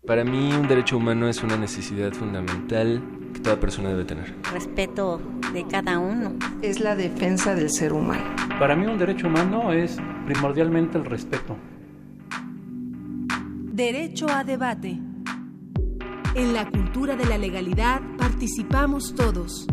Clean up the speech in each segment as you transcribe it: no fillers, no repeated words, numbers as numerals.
Para mí un derecho humano es una necesidad fundamental que toda persona debe tener. Respeto de cada uno. Es la defensa del ser humano. Para mí un derecho humano es primordialmente el respeto. Derecho a debate. En la cultura de la legalidad participamos todos.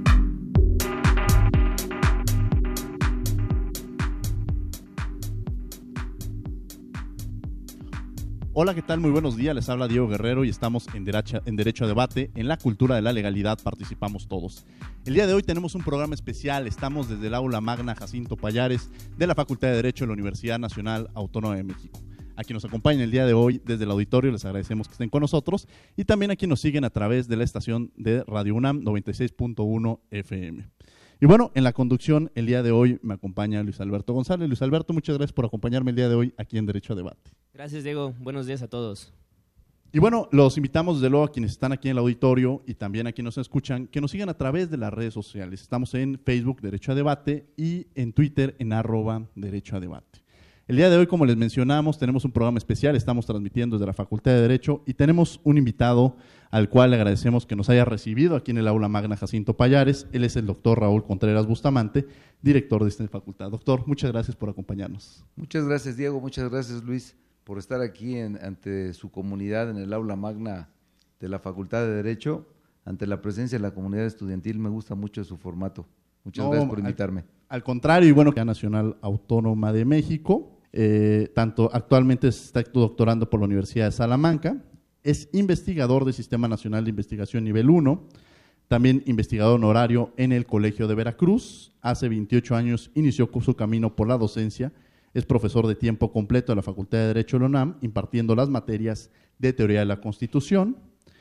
Hola, ¿qué tal? Muy buenos días, les habla Diego Guerrero y estamos en Derecho a Debate. En la cultura de la legalidad participamos todos. El día de hoy tenemos un programa especial, estamos desde el Aula Magna Jacinto Pallares de la Facultad de Derecho de la Universidad Nacional Autónoma de México. A quienes nos acompañan el día de hoy desde el auditorio les agradecemos que estén con nosotros y también a quienes nos siguen a través de la estación de Radio UNAM 96.1 FM. Y bueno, en la conducción el día de hoy me acompaña Luis Alberto González. Luis Alberto, muchas gracias por acompañarme el día de hoy aquí en Derecho a Debate. Gracias, Diego. Buenos días a todos. Y bueno, los invitamos desde luego a quienes están aquí en el auditorio y también a quienes nos escuchan, que nos sigan a través de las redes sociales. Estamos en Facebook Derecho a Debate y en Twitter en @Derecho a Debate. El día de hoy, como les mencionamos, tenemos un programa especial, estamos transmitiendo desde la Facultad de Derecho y tenemos un invitado al cual le agradecemos que nos haya recibido aquí en el Aula Magna Jacinto Pallares. Él es el doctor Raúl Contreras Bustamante, director de esta facultad. Doctor, muchas gracias por acompañarnos. Muchas gracias, Diego, muchas gracias, Luis, por estar aquí ante su comunidad en el Aula Magna de la Facultad de Derecho, ante la presencia de la comunidad estudiantil. Me gusta mucho su formato. Muchas gracias por invitarme. Al contrario, y bueno, la Nacional Autónoma de México, tanto actualmente está doctorando por la Universidad de Salamanca, es investigador del Sistema Nacional de Investigación Nivel 1, también investigador honorario en el Colegio de Veracruz. Hace 28 años inició su camino por la docencia, es profesor de tiempo completo de la Facultad de Derecho de la UNAM, impartiendo las materias de Teoría de la Constitución,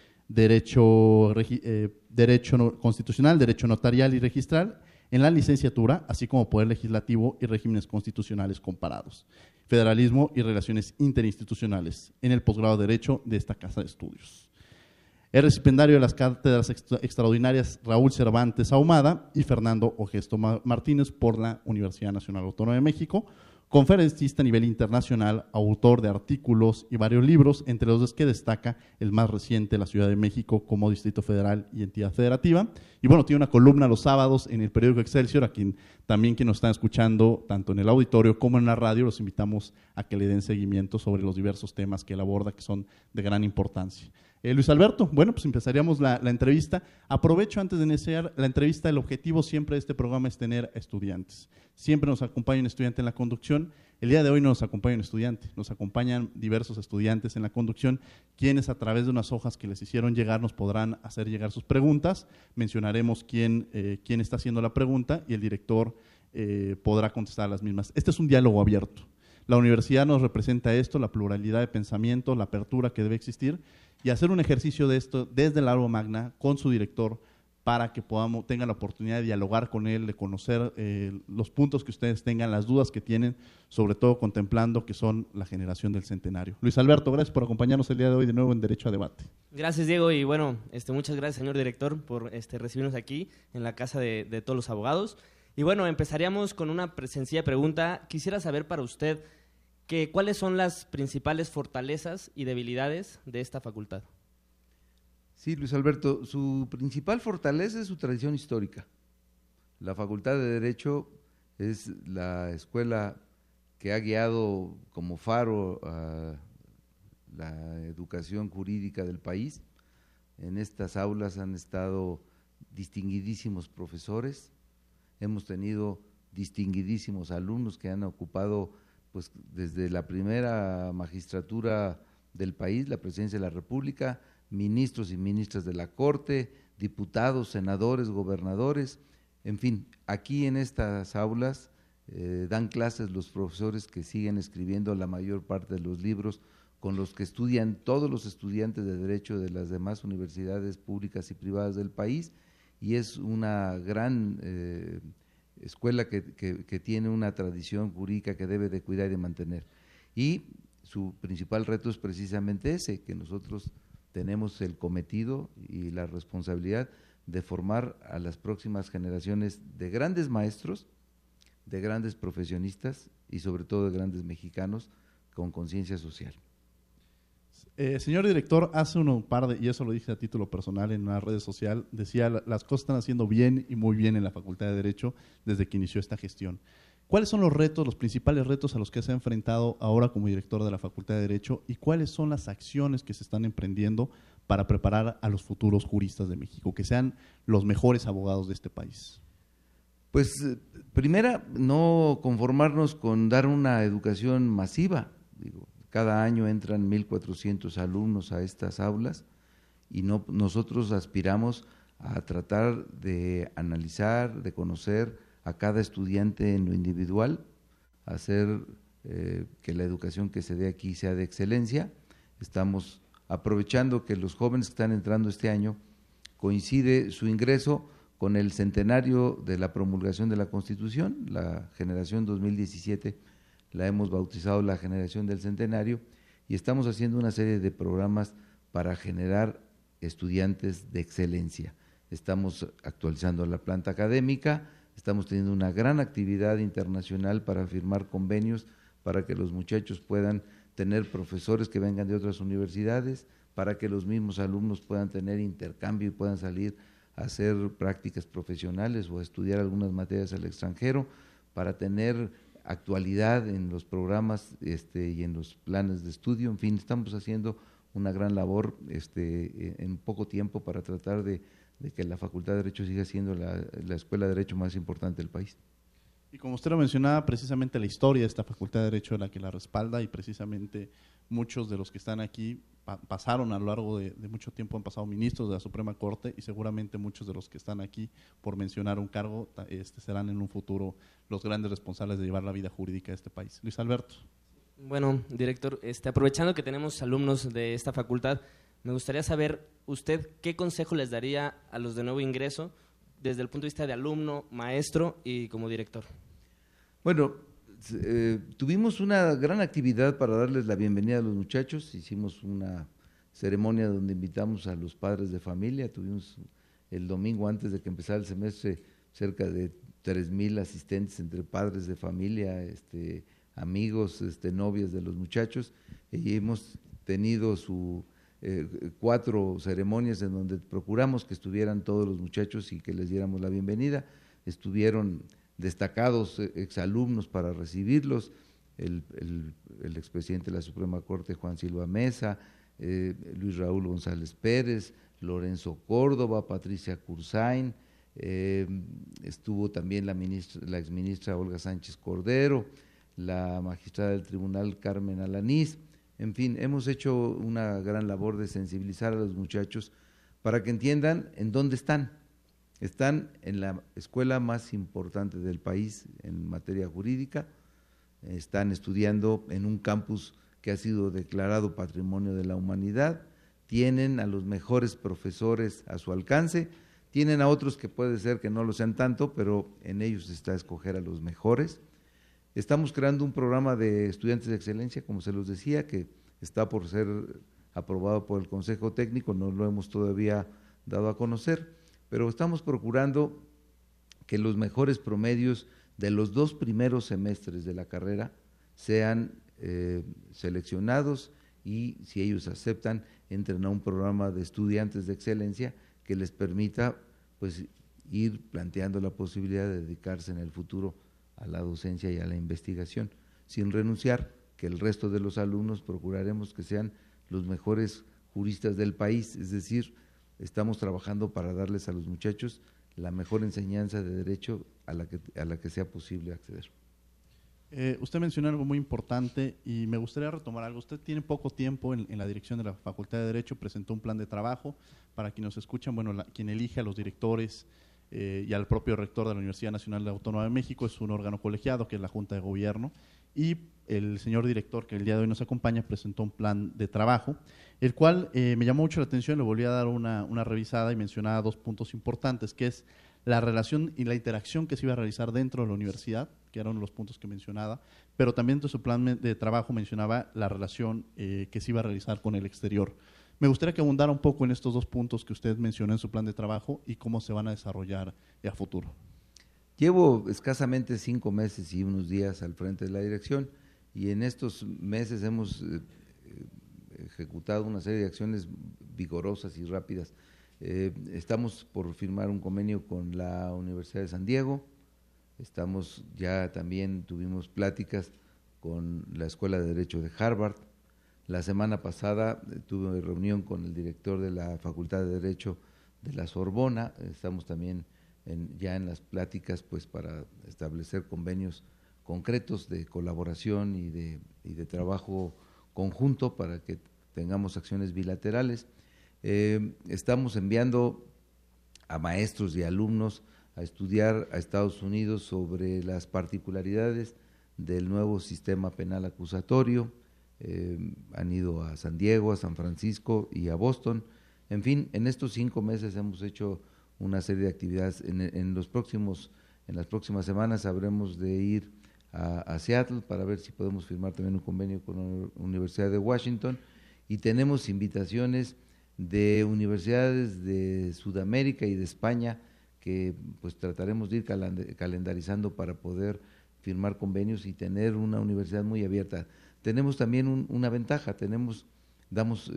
Derecho Constitucional, Derecho Notarial y Registral, en la licenciatura, así como Poder Legislativo y Regímenes Constitucionales Comparados, Federalismo y Relaciones Interinstitucionales, en el posgrado de Derecho de esta Casa de Estudios. Es recipendario de las cátedras extraordinarias Raúl Cervantes Ahumada y Fernando Ogesto Martínez por la Universidad Nacional Autónoma de México, conferencista a nivel internacional, autor de artículos y varios libros, entre los que destaca el más reciente, La Ciudad de México como Distrito Federal y Entidad Federativa. Y bueno, tiene una columna los sábados en el periódico Excelsior, a quien también que nos están escuchando, tanto en el auditorio como en la radio, los invitamos a que le den seguimiento sobre los diversos temas que él aborda, que son de gran importancia. Luis Alberto, bueno, pues empezaríamos la entrevista. Aprovecho antes de iniciar la entrevista, el objetivo siempre de este programa es tener estudiantes. Siempre nos acompaña un estudiante en la conducción. El día de hoy no nos acompaña un estudiante, nos acompañan diversos estudiantes en la conducción, quienes a través de unas hojas que les hicieron llegar nos podrán hacer llegar sus preguntas. Mencionaremos quién está haciendo la pregunta y el director podrá contestar las mismas. Este es un diálogo abierto. La universidad nos representa esto, la pluralidad de pensamiento, la apertura que debe existir, y hacer un ejercicio de esto desde el Aula Magna con su director para que tengan la oportunidad de dialogar con él, de conocer los puntos que ustedes tengan, las dudas que tienen, sobre todo contemplando que son la generación del centenario. Luis Alberto, gracias por acompañarnos el día de hoy de nuevo en Derecho a Debate. Gracias, Diego, y bueno, muchas gracias, señor director, por recibirnos aquí en la casa de todos los abogados. Y bueno, empezaríamos con una sencilla pregunta. Quisiera saber para usted cuáles son las principales fortalezas y debilidades de esta facultad. Sí, Luis Alberto, su principal fortaleza es su tradición histórica. La Facultad de Derecho es la escuela que ha guiado como faro a la educación jurídica del país. En estas aulas han estado distinguidísimos profesores, hemos tenido distinguidísimos alumnos que han ocupado pues desde la primera magistratura del país, la Presidencia de la República, ministros y ministras de la Corte, diputados, senadores, gobernadores, en fin, aquí en estas aulas dan clases los profesores que siguen escribiendo la mayor parte de los libros con los que estudian todos los estudiantes de Derecho de las demás universidades públicas y privadas del país, y es una gran escuela que tiene una tradición jurídica que debe de cuidar y de mantener. Y su principal reto es precisamente ese, que nosotros tenemos el cometido y la responsabilidad de formar a las próximas generaciones de grandes maestros, de grandes profesionistas y sobre todo de grandes mexicanos con conciencia social. gracias. Señor director, hace un par de, y eso lo dije a título personal en una red social, decía, las cosas están haciendo bien y muy bien en la Facultad de Derecho desde que inició esta gestión. ¿Cuáles son los retos, los principales retos a los que se ha enfrentado ahora como director de la Facultad de Derecho y cuáles son las acciones que se están emprendiendo para preparar a los futuros juristas de México, que sean los mejores abogados de este país? Pues primera, no conformarnos con dar una educación masiva. Digo, cada año entran 1,400 alumnos a estas aulas y nosotros aspiramos a tratar de analizar, de conocer a cada estudiante en lo individual, hacer que la educación que se dé aquí sea de excelencia. Estamos aprovechando que los jóvenes que están entrando este año coincide su ingreso con el centenario de la promulgación de la Constitución, la generación 2017, la hemos bautizado la generación del centenario, y estamos haciendo una serie de programas para generar estudiantes de excelencia. Estamos actualizando la planta académica, estamos teniendo una gran actividad internacional para firmar convenios para que los muchachos puedan tener profesores que vengan de otras universidades, para que los mismos alumnos puedan tener intercambio y puedan salir a hacer prácticas profesionales o a estudiar algunas materias al extranjero, para tener actualidad en los programas y en los planes de estudio. En fin, estamos haciendo una gran labor en poco tiempo para tratar de que la Facultad de Derecho siga siendo la escuela de Derecho más importante del país. Y como usted lo mencionaba, precisamente la historia de esta Facultad de Derecho es la que la respalda y precisamente muchos de los que están aquí pasaron a lo largo de mucho tiempo, han pasado ministros de la Suprema Corte y seguramente muchos de los que están aquí, por mencionar un cargo, serán en un futuro los grandes responsables de llevar la vida jurídica de este país. Luis Alberto. Bueno, director, aprovechando que tenemos alumnos de esta facultad, me gustaría saber usted qué consejo les daría a los de nuevo ingreso desde el punto de vista de alumno, maestro y como director. Bueno, tuvimos una gran actividad para darles la bienvenida a los muchachos. Hicimos una ceremonia donde invitamos a los padres de familia. Tuvimos el domingo antes de que empezara el semestre cerca de 3,000 asistentes entre padres de familia, amigos, novias de los muchachos, y hemos tenido 4 ceremonias en donde procuramos que estuvieran todos los muchachos y que les diéramos la bienvenida. Estuvieron destacados exalumnos para recibirlos, el expresidente de la Suprema Corte, Juan Silva Mesa, Luis Raúl González Pérez, Lorenzo Córdoba, Patricia Cursain, estuvo también la exministra Olga Sánchez Cordero, la magistrada del tribunal Carmen Alanís. En fin, hemos hecho una gran labor de sensibilizar a los muchachos para que entiendan en dónde están. Están en la escuela más importante del país en materia jurídica, están estudiando en un campus que ha sido declarado Patrimonio de la Humanidad, tienen a los mejores profesores a su alcance, tienen a otros que puede ser que no lo sean tanto, pero en ellos está escoger a los mejores. Estamos creando un programa de estudiantes de excelencia, como se los decía, que está por ser aprobado por el Consejo Técnico, no lo hemos todavía dado a conocer, pero estamos procurando que los mejores promedios de los 2 primeros semestres de la carrera sean seleccionados y, si ellos aceptan, entren a un programa de estudiantes de excelencia que les permita pues ir planteando la posibilidad de dedicarse en el futuro a la docencia y a la investigación, sin renunciar que el resto de los alumnos procuraremos que sean los mejores juristas del país, es decir, estamos trabajando para darles a los muchachos la mejor enseñanza de derecho a la que sea posible acceder. Usted mencionó algo muy importante y me gustaría retomar algo. Usted tiene poco tiempo en la dirección de la Facultad de Derecho, presentó un plan de trabajo. Para quienes nos escuchan, bueno, quien elige a los directores y al propio rector de la Universidad Nacional Autónoma de México es un órgano colegiado que es la Junta de Gobierno, y el señor director que el día de hoy nos acompaña presentó un plan de trabajo, el cual me llamó mucho la atención, le volví a dar una revisada y mencionaba 2 puntos importantes, que es la relación y la interacción que se iba a realizar dentro de la universidad, que era uno de los puntos que mencionaba, pero también dentro de su plan de trabajo mencionaba la relación que se iba a realizar con el exterior. Me gustaría que abundara un poco en estos 2 puntos que usted mencionó en su plan de trabajo y cómo se van a desarrollar a futuro. Llevo escasamente 5 meses y unos días al frente de la dirección, y en estos meses hemos ejecutado una serie de acciones vigorosas y rápidas. Estamos por firmar un convenio con la Universidad de San Diego, tuvimos pláticas con la Escuela de Derecho de Harvard. La semana pasada tuve reunión con el director de la Facultad de Derecho de la Sorbona. Estamos también ya en las pláticas pues para establecer convenios concretos de colaboración y de trabajo conjunto para que tengamos acciones bilaterales. Estamos enviando a maestros y alumnos a estudiar a Estados Unidos sobre las particularidades del nuevo sistema penal acusatorio. Han ido a San Diego, a San Francisco y a Boston. En fin, en estos 5 meses hemos hecho una serie de actividades. En las próximas semanas habremos de ir a Seattle para ver si podemos firmar también un convenio con la Universidad de Washington, y tenemos invitaciones de universidades de Sudamérica y de España que pues trataremos de ir calendarizando para poder firmar convenios y tener una universidad muy abierta. Tenemos también una ventaja, damos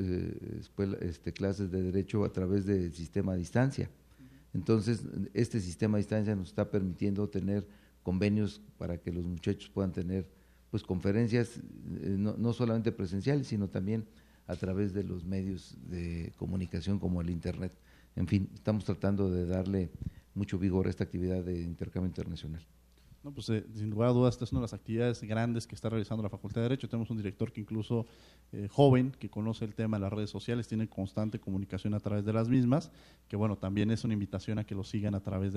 clases de derecho a través del sistema a distancia. Entonces, este sistema a distancia nos está permitiendo tener convenios para que los muchachos puedan tener pues conferencias no solamente presenciales, sino también a través de los medios de comunicación como el Internet. En fin, estamos tratando de darle mucho vigor a esta actividad de intercambio internacional. No, pues sin lugar a dudas, esta es una de las actividades grandes que está realizando la Facultad de Derecho. Tenemos un director que incluso joven, que conoce el tema de las redes sociales, tiene constante comunicación a través de las mismas, que bueno, también es una invitación a que lo sigan a través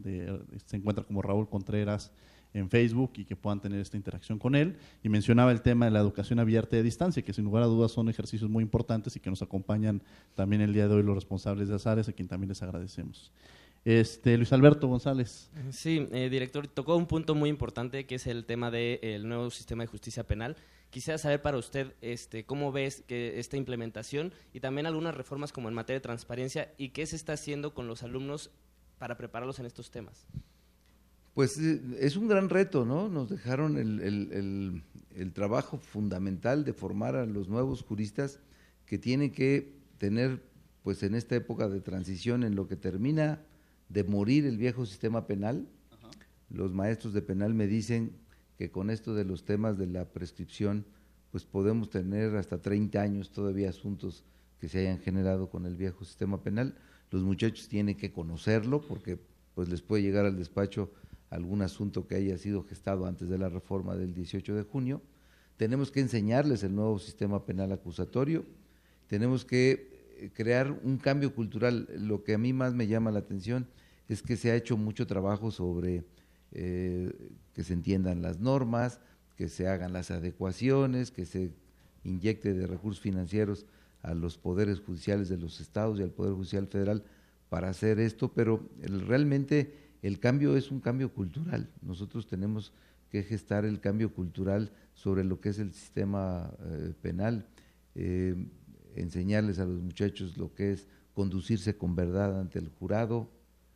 se encuentra como Raúl Contreras en Facebook y que puedan tener esta interacción con él. Y mencionaba el tema de la educación abierta y a distancia, que sin lugar a dudas son ejercicios muy importantes y que nos acompañan también el día de hoy los responsables de Azares, a quien también les agradecemos. Luis Alberto González. Sí, director, tocó un punto muy importante que es el tema del nuevo sistema de justicia penal. Quisiera saber para usted cómo ves que esta implementación y también algunas reformas como en materia de transparencia y qué se está haciendo con los alumnos para prepararlos en estos temas. Pues es un gran reto, ¿no? Nos dejaron el trabajo fundamental de formar a los nuevos juristas que tienen que tener, pues en esta época de transición en lo que termina de morir el viejo sistema penal. Ajá. Los maestros de penal me dicen que con esto de los temas de la prescripción, pues podemos tener hasta 30 años todavía asuntos que se hayan generado con el viejo sistema penal. Los muchachos tienen que conocerlo porque pues les puede llegar al despacho algún asunto que haya sido gestado antes de la reforma del 18 de junio. Tenemos que enseñarles el nuevo sistema penal acusatorio, tenemos que crear un cambio cultural. Lo que a mí más me llama la atención es que se ha hecho mucho trabajo sobre que se entiendan las normas, que se hagan las adecuaciones, que se inyecte de recursos financieros a los poderes judiciales de los estados y al Poder Judicial Federal para hacer esto, pero realmente el cambio es un cambio cultural. Nosotros tenemos que gestar el cambio cultural sobre lo que es el sistema penal, enseñarles a los muchachos lo que es conducirse con verdad ante el jurado,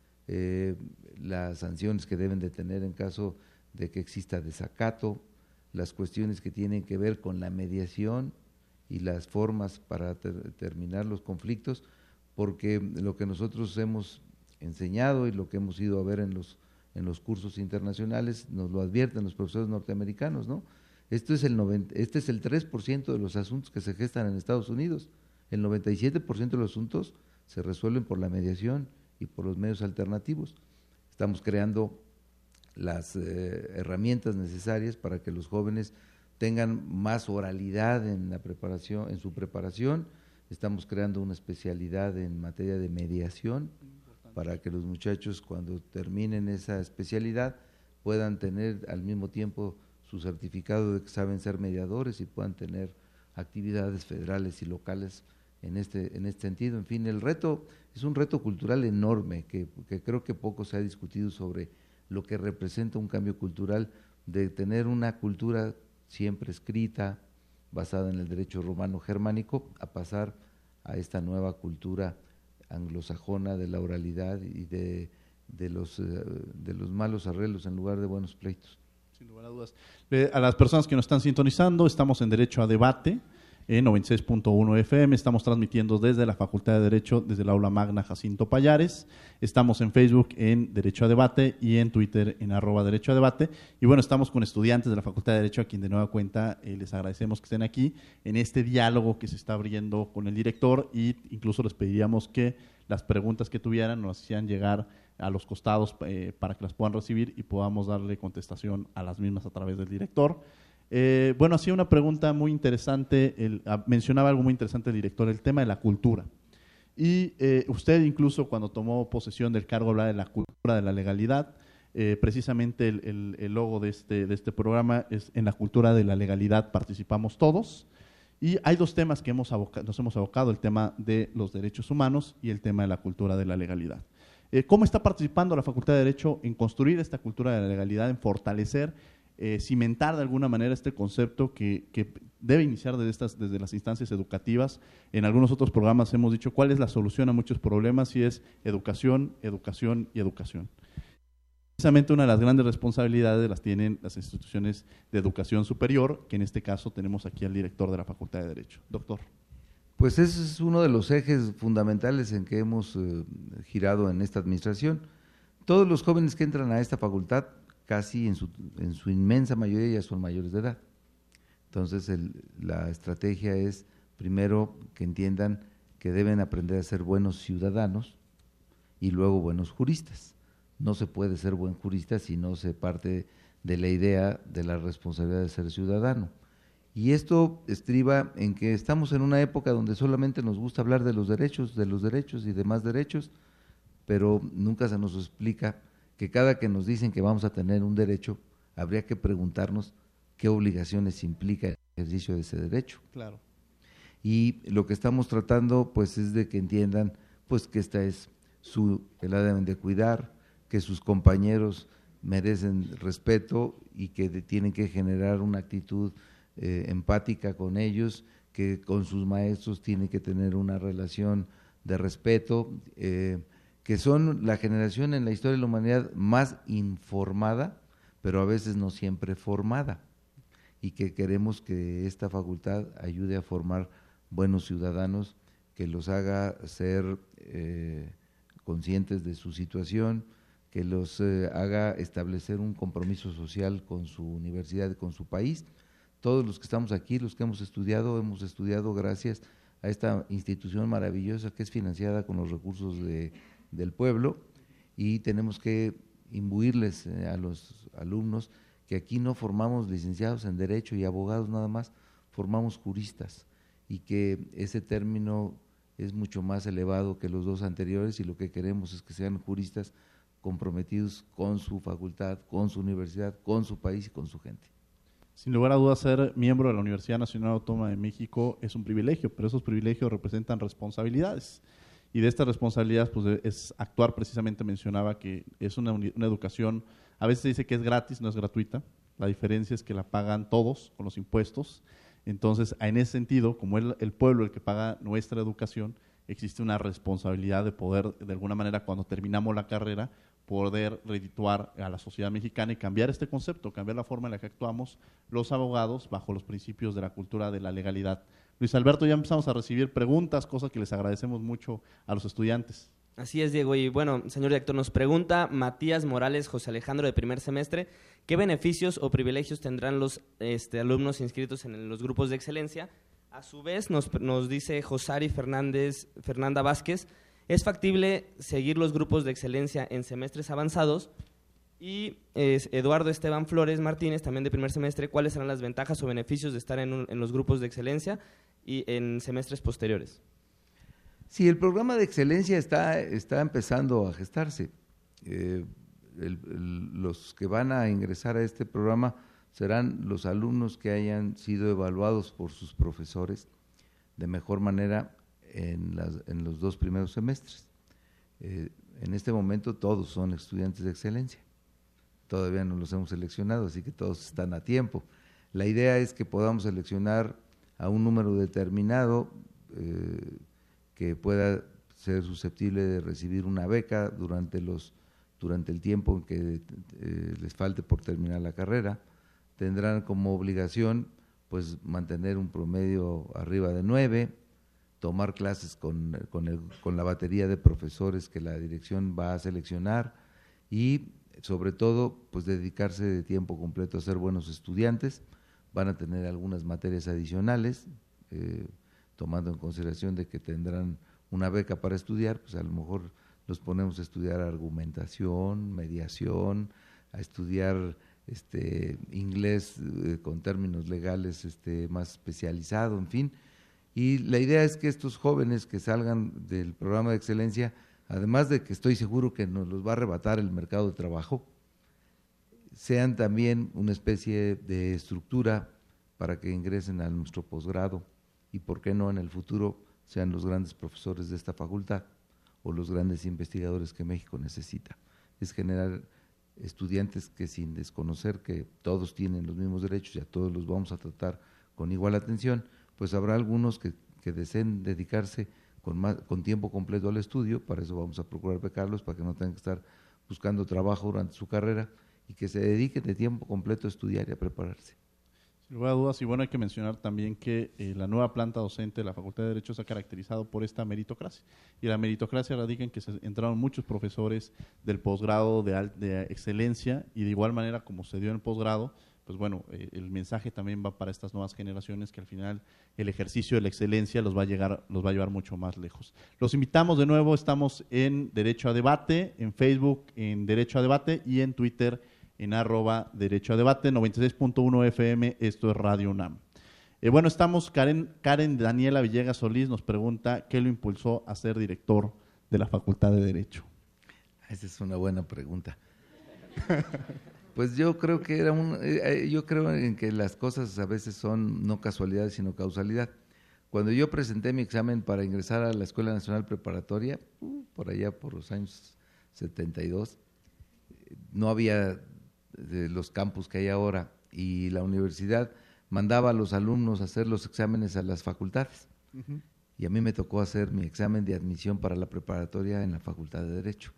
las sanciones que deben de tener en caso de que exista desacato, las cuestiones que tienen que ver con la mediación y las formas para terminar los conflictos, porque lo que nosotros hemos enseñado y lo que hemos ido a ver en los cursos internacionales nos lo advierten los profesores norteamericanos, ¿no? Este es el 3% de los asuntos que se gestan en Estados Unidos. El 97% de los asuntos se resuelven por la mediación y por los medios alternativos. Estamos creando las herramientas necesarias para que los jóvenes tengan más oralidad en su preparación. Estamos creando una especialidad en materia de mediación para que los muchachos, cuando terminen esa especialidad, puedan tener al mismo tiempo su certificado de que saben ser mediadores y puedan tener actividades federales y locales en este sentido. En fin, el reto es un reto cultural enorme que creo que poco se ha discutido sobre lo que representa un cambio cultural, de tener una cultura siempre escrita, basada en el derecho romano germánico, a pasar a esta nueva cultura anglosajona de la oralidad y de los malos arreglos en lugar de buenos pleitos. Sin lugar a dudas. A las personas que nos están sintonizando, estamos en Derecho a Debate. en 96.1 FM. Estamos transmitiendo desde la Facultad de Derecho, desde el Aula Magna Jacinto Pallares. Estamos en Facebook en Derecho a Debate y en Twitter en @Derecho a Debate. Y bueno, estamos con estudiantes de la Facultad de Derecho, a quien de nueva cuenta les agradecemos que estén aquí en este diálogo que se está abriendo con el director, y incluso les pediríamos que las preguntas que tuvieran nos hacían llegar a los costados para que las puedan recibir y podamos darle contestación a las mismas a través del director. Bueno, hacía una pregunta muy interesante, mencionaba algo muy interesante el director, el tema de la cultura. Y usted incluso cuando tomó posesión del cargo hablaba de la cultura de la legalidad. Precisamente el logo de este programa es: en la cultura de la legalidad participamos todos. Y hay dos temas que nos hemos abocado: el tema de los derechos humanos y el tema de la cultura de la legalidad. ¿Cómo está participando la Facultad de Derecho en construir esta cultura de la legalidad, en fortalecer, cimentar de alguna manera este concepto que debe iniciar desde las instancias educativas? En algunos otros programas hemos dicho cuál es la solución a muchos problemas, y es educación, educación y educación. Precisamente una de las grandes responsabilidades las tienen las instituciones de educación superior, que en este caso tenemos aquí al director de la Facultad de Derecho. Doctor. Pues ese es uno de los ejes fundamentales en que hemos girado en esta administración. Todos los jóvenes que entran a esta facultad, casi en su inmensa mayoría, ya son mayores de edad. Entonces la estrategia es, primero, que entiendan que deben aprender a ser buenos ciudadanos y luego buenos juristas. No se puede ser buen jurista si no se parte de la idea de la responsabilidad de ser ciudadano. Y esto estriba en que estamos en una época donde solamente nos gusta hablar de los derechos y demás derechos, pero nunca se nos explica que cada que nos dicen que vamos a tener un derecho, habría que preguntarnos qué obligaciones implica el ejercicio de ese derecho. Claro. Y lo que estamos tratando, pues, es de que entiendan, pues, que esta es que la deben de cuidar, que sus compañeros merecen respeto y que tienen que generar una actitud empática con ellos, que con sus maestros tienen que tener una relación de respeto, que son la generación en la historia de la humanidad más informada, pero a veces no siempre formada, y que queremos que esta facultad ayude a formar buenos ciudadanos, que los haga ser conscientes de su situación, que los haga establecer un compromiso social con su universidad y con su país. Todos los que estamos aquí, los que hemos estudiado gracias a esta institución maravillosa que es financiada con los recursos del pueblo, y tenemos que imbuirles a los alumnos que aquí no formamos licenciados en Derecho y abogados nada más, formamos juristas, y que ese término es mucho más elevado que los dos anteriores, y lo que queremos es que sean juristas comprometidos con su facultad, con su universidad, con su país y con su gente. Sin lugar a dudas, ser miembro de la Universidad Nacional Autónoma de México es un privilegio, pero esos privilegios representan responsabilidades. Y de estas responsabilidades, pues, es actuar. Precisamente mencionaba que es una educación, a veces se dice que es gratis, no es gratuita. La diferencia es que la pagan todos con los impuestos. Entonces, en ese sentido, como el pueblo el que paga nuestra educación, existe una responsabilidad de poder, de alguna manera, cuando terminamos la carrera, poder redituar a la sociedad mexicana y cambiar este concepto, cambiar la forma en la que actuamos los abogados bajo los principios de la cultura de la legalidad. Luis Alberto, ya empezamos a recibir preguntas, cosa que les agradecemos mucho a los estudiantes. Así es, Diego. Y bueno, señor director, nos pregunta Matías Morales José Alejandro, de primer semestre, ¿qué beneficios o privilegios tendrán los alumnos inscritos en los grupos de excelencia? A su vez, nos dice Josari Fernanda Vázquez, ¿es factible seguir los grupos de excelencia en semestres avanzados? Y Eduardo Esteban Flores Martínez, también de primer semestre, ¿cuáles serán las ventajas o beneficios de estar en los grupos de excelencia y en semestres posteriores? Sí, el programa de excelencia está empezando a gestarse. Los que van a ingresar a este programa serán los alumnos que hayan sido evaluados por sus profesores de mejor manera en los 2 primeros semestres. En este momento todos son estudiantes de excelencia. Todavía no los hemos seleccionado, así que todos están a tiempo. La idea es que podamos seleccionar a un número determinado que pueda ser susceptible de recibir una beca durante el tiempo en que les falte por terminar la carrera. Tendrán como obligación pues mantener un promedio arriba de 9, tomar clases con la batería de profesores que la dirección va a seleccionar y sobre todo pues dedicarse de tiempo completo a ser buenos estudiantes. Van a tener algunas materias adicionales, tomando en consideración de que tendrán una beca para estudiar, pues a lo mejor los ponemos a estudiar argumentación, mediación, a estudiar inglés con términos legales más especializado, en fin. Y la idea es que estos jóvenes que salgan del programa de excelencia, además de que estoy seguro que nos los va a arrebatar el mercado de trabajo, sean también una especie de estructura para que ingresen a nuestro posgrado y, por qué no, en el futuro sean los grandes profesores de esta facultad o los grandes investigadores que México necesita. Es generar estudiantes que, sin desconocer que todos tienen los mismos derechos y a todos los vamos a tratar con igual atención, pues habrá algunos que deseen dedicarse con tiempo completo al estudio. Para eso vamos a procurar becarlos, para que no tengan que estar buscando trabajo durante su carrera y que se dediquen de tiempo completo a estudiar y a prepararse. Sin lugar a dudas, y bueno, hay que mencionar también que la nueva planta docente de la Facultad de Derecho se ha caracterizado por esta meritocracia. Y la meritocracia radica en que se entraron muchos profesores del posgrado de excelencia, y de igual manera como se dio en el posgrado, pues bueno, el mensaje también va para estas nuevas generaciones, que al final el ejercicio de la excelencia los va a llevar mucho más lejos. Los invitamos de nuevo, estamos en Derecho a Debate, en Facebook en Derecho a Debate y en Twitter en @Derecho a Debate, 96.1 FM, esto es Radio UNAM. Bueno, estamos, Karen Daniela Villegas Solís nos pregunta qué lo impulsó a ser director de la Facultad de Derecho. Esa es una buena pregunta. Pues yo creo que yo creo en que las cosas a veces son no casualidad, sino causalidad. Cuando yo presenté mi examen para ingresar a la Escuela Nacional Preparatoria, por allá por los años 72, no había de los campus que hay ahora, y la universidad mandaba a los alumnos a hacer los exámenes a las facultades. Uh-huh. Y a mí me tocó hacer mi examen de admisión para la preparatoria en la Facultad de Derecho.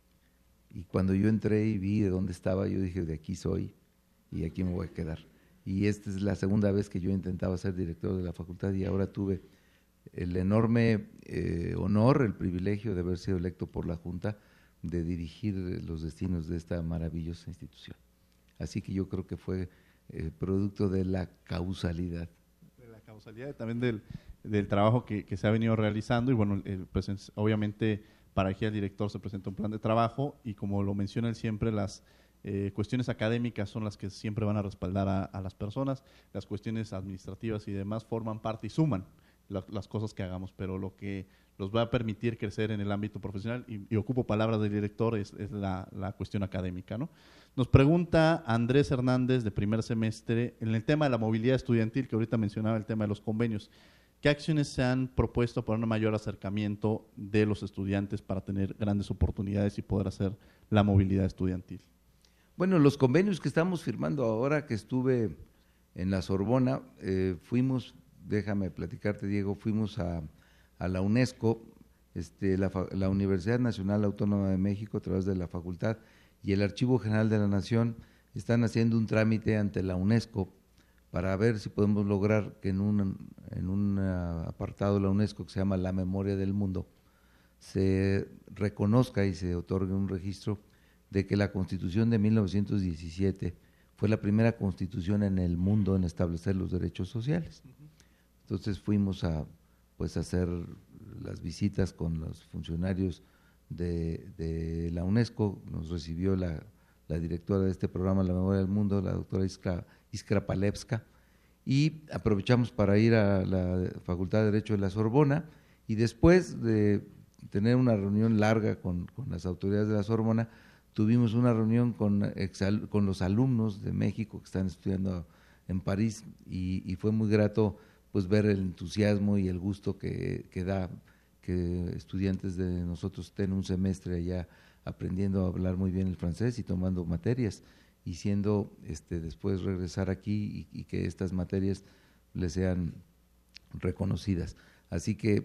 Y cuando yo entré y vi de dónde estaba, yo dije, de aquí soy y aquí me voy a quedar. Y esta es la segunda vez que yo intentaba ser director de la facultad, y ahora tuve el enorme honor, el privilegio de haber sido electo por la Junta de dirigir los destinos de esta maravillosa institución. Así que yo creo que fue producto de la causalidad. De la causalidad y también del trabajo que se ha venido realizando, y bueno, pues obviamente para elegir al director se presenta un plan de trabajo, y como lo menciona él siempre, las cuestiones académicas son las que siempre van a respaldar a las personas, las cuestiones administrativas y demás forman parte y suman las cosas que hagamos, pero lo que los va a permitir crecer en el ámbito profesional, y ocupo palabras del director, es la cuestión académica, ¿no? Nos pregunta Andrés Hernández, de primer semestre, en el tema de la movilidad estudiantil, que ahorita mencionaba el tema de los convenios, ¿qué acciones se han propuesto para un mayor acercamiento de los estudiantes para tener grandes oportunidades y poder hacer la movilidad estudiantil? Bueno, los convenios que estamos firmando ahora, que estuve en la Sorbona, fuimos, déjame platicarte, Diego, fuimos a la UNESCO, la Universidad Nacional Autónoma de México, a través de la facultad, y el Archivo General de la Nación están haciendo un trámite ante la UNESCO para ver si podemos lograr que en un apartado de la UNESCO que se llama La Memoria del Mundo se reconozca y se otorgue un registro de que la Constitución de 1917 fue la primera constitución en el mundo en establecer los derechos sociales. Entonces fuimos a hacer las visitas con los funcionarios de la UNESCO. Nos recibió la directora de este programa, La Memoria del Mundo, la doctora Iskra Palevska, y aprovechamos para ir a la Facultad de Derecho de la Sorbona, y después de tener una reunión larga con las autoridades de la Sorbona, tuvimos una reunión con los alumnos de México que están estudiando en París, y fue muy grato pues ver el entusiasmo y el gusto que da que estudiantes de nosotros estén un semestre allá aprendiendo a hablar muy bien el francés y tomando materias, y siendo después regresar aquí y que estas materias les sean reconocidas. Así que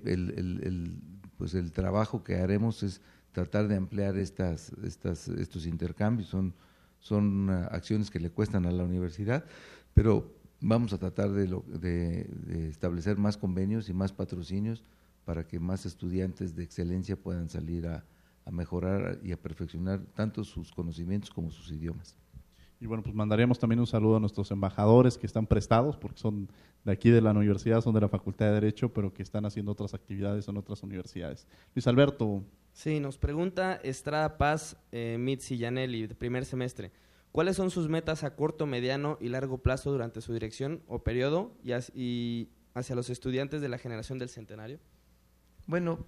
el trabajo que haremos es tratar de ampliar estos intercambios. Son acciones que le cuestan a la universidad, pero vamos a tratar de establecer más convenios y más patrocinios para que más estudiantes de excelencia puedan salir a mejorar y a perfeccionar tanto sus conocimientos como sus idiomas. Y bueno, pues mandaríamos también un saludo a nuestros embajadores que están prestados, porque son de aquí de la universidad, son de la Facultad de Derecho, pero que están haciendo otras actividades en otras universidades. Luis Alberto. Sí, nos pregunta Estrada Paz, Mitzi Yanelli, de primer semestre. ¿Cuáles son sus metas a corto, mediano y largo plazo durante su dirección o periodo y hacia los estudiantes de la generación del centenario? Bueno,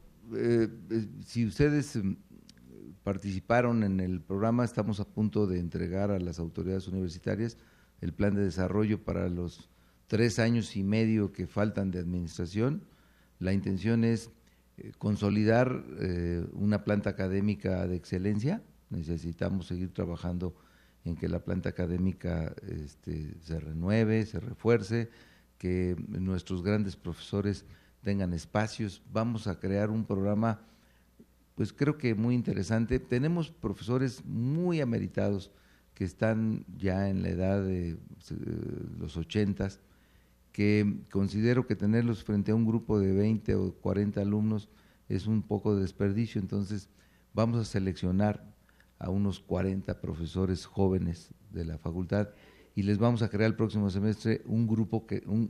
si ustedes participaron en el programa, estamos a punto de entregar a las autoridades universitarias el plan de desarrollo para los 3 años y medio que faltan de administración. La intención es consolidar una planta académica de excelencia. Necesitamos seguir trabajando en que la planta académica se renueve, se refuerce, que nuestros grandes profesores tengan espacios. Vamos a crear un programa, pues creo que muy interesante. Tenemos profesores muy ameritados que están ya en la edad de los 80s, que considero que tenerlos frente a un grupo de 20 o 40 alumnos es un poco de desperdicio. Entonces vamos a seleccionar a unos 40 profesores jóvenes de la facultad y les vamos a crear el próximo semestre un grupo,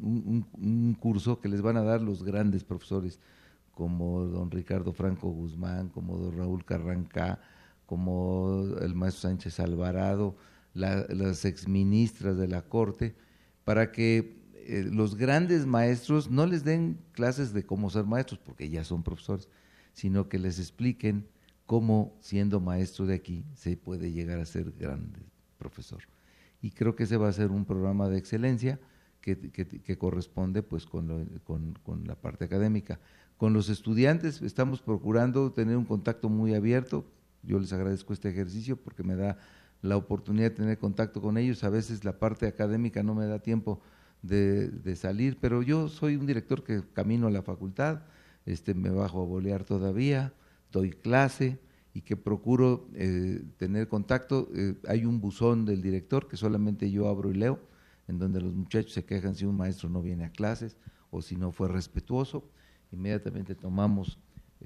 un curso que les van a dar los grandes profesores, como don Ricardo Franco Guzmán, como don Raúl Carrancá, como el maestro Sánchez Alvarado, las exministras de la Corte, para que los grandes maestros no les den clases de cómo ser maestros, porque ya son profesores, sino que les expliquen cómo, siendo maestro de aquí, se puede llegar a ser grande profesor. Y creo que ese va a ser un programa de excelencia que corresponde pues con la parte académica. Con los estudiantes estamos procurando tener un contacto muy abierto. Yo les agradezco este ejercicio porque me da la oportunidad de tener contacto con ellos. A veces la parte académica no me da tiempo de salir, pero yo soy un director que camino a la facultad, me bajo a bolear todavía, doy clase y que procuro tener contacto. Hay un buzón del director que solamente yo abro y leo, en donde los muchachos se quejan si un maestro no viene a clases o si no fue respetuoso. Inmediatamente tomamos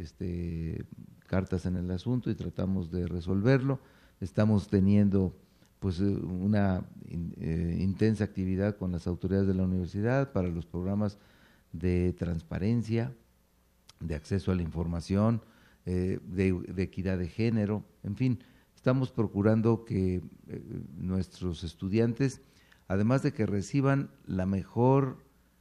cartas en el asunto y tratamos de resolverlo. Estamos teniendo pues una intensa actividad con las autoridades de la universidad para los programas de transparencia, de acceso a la información, de equidad de género, en fin, estamos procurando que nuestros estudiantes, además de que reciban la mejor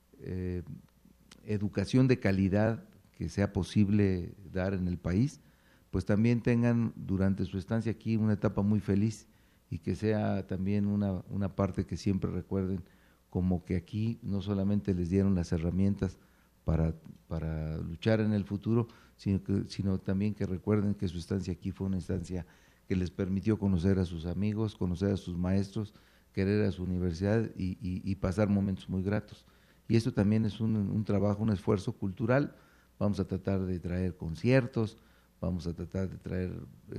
educación de calidad que sea posible dar en el país, pues también tengan durante su estancia aquí una etapa muy feliz y que sea también una parte que siempre recuerden como que aquí no solamente les dieron las herramientas para luchar en el futuro, sino también que recuerden que su estancia aquí fue una estancia que les permitió conocer a sus amigos, conocer a sus maestros, querer a su universidad y pasar momentos muy gratos. Y esto también es un trabajo, un esfuerzo cultural. Vamos a tratar de traer conciertos, vamos a tratar de traer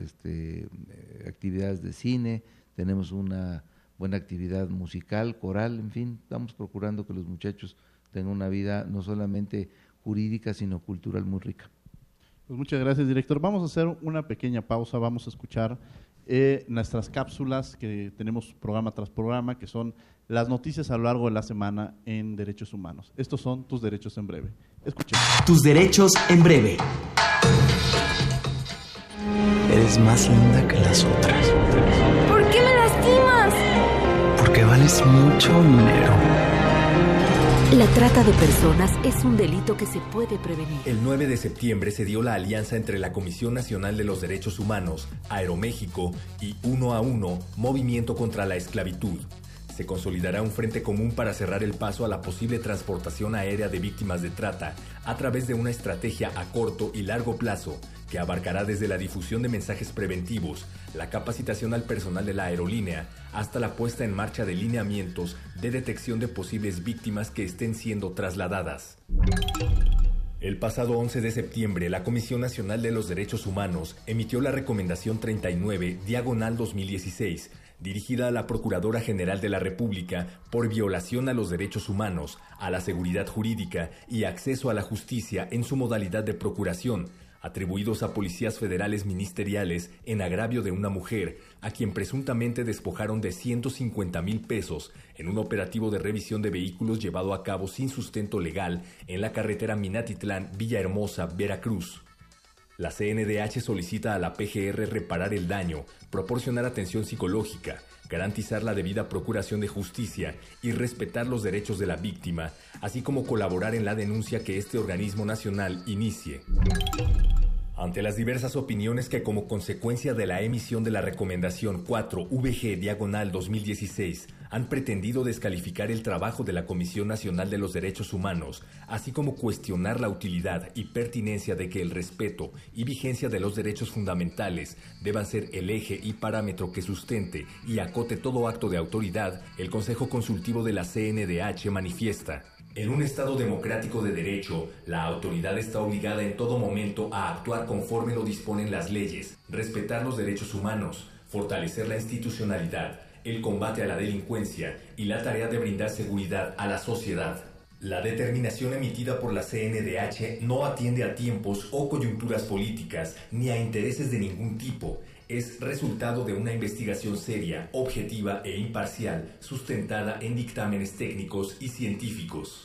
actividades de cine, tenemos una buena actividad musical, coral, en fin, estamos procurando que los muchachos tengan una vida no solamente jurídica, sino cultural muy rica. Pues muchas gracias, director. Vamos a hacer una pequeña pausa, vamos a escuchar nuestras cápsulas que tenemos programa tras programa, que son las noticias a lo largo de la semana en Derechos Humanos. Estos son tus derechos en breve. Escuchemos. Tus derechos en breve. Eres más linda que las otras. ¿Por qué me lastimas? Porque vales mucho dinero. La trata de personas es un delito que se puede prevenir. El 9 de septiembre se dio la alianza entre la Comisión Nacional de los Derechos Humanos, Aeroméxico y Uno a Uno, Movimiento contra la Esclavitud. Se consolidará un frente común para cerrar el paso a la posible transportación aérea de víctimas de trata a través de una estrategia a corto y largo plazo que abarcará desde la difusión de mensajes preventivos, la capacitación al personal de la aerolínea, hasta la puesta en marcha de lineamientos de detección de posibles víctimas que estén siendo trasladadas. El pasado 11 de septiembre, la Comisión Nacional de los Derechos Humanos emitió la Recomendación 39/2016, dirigida a la Procuradora General de la República por violación a los derechos humanos, a la seguridad jurídica y acceso a la justicia en su modalidad de procuración, atribuidos a policías federales ministeriales en agravio de una mujer, a quien presuntamente despojaron de 150,000 pesos en un operativo de revisión de vehículos llevado a cabo sin sustento legal en la carretera Minatitlán-Villahermosa, Veracruz. La CNDH solicita a la PGR reparar el daño, proporcionar atención psicológica, garantizar la debida procuración de justicia y respetar los derechos de la víctima, así como colaborar en la denuncia que este organismo nacional inicie. Ante las diversas opiniones que como consecuencia de la emisión de la Recomendación 4/VG/2016 han pretendido descalificar el trabajo de la Comisión Nacional de los Derechos Humanos, así como cuestionar la utilidad y pertinencia de que el respeto y vigencia de los derechos fundamentales deban ser el eje y parámetro que sustente y acote todo acto de autoridad, el Consejo Consultivo de la CNDH manifiesta: en un Estado democrático de derecho, la autoridad está obligada en todo momento a actuar conforme lo disponen las leyes, respetar los derechos humanos, fortalecer la institucionalidad, el combate a la delincuencia y la tarea de brindar seguridad a la sociedad. La determinación emitida por la CNDH no atiende a tiempos o coyunturas políticas ni a intereses de ningún tipo. Es resultado de una investigación seria, objetiva e imparcial, sustentada en dictámenes técnicos y científicos.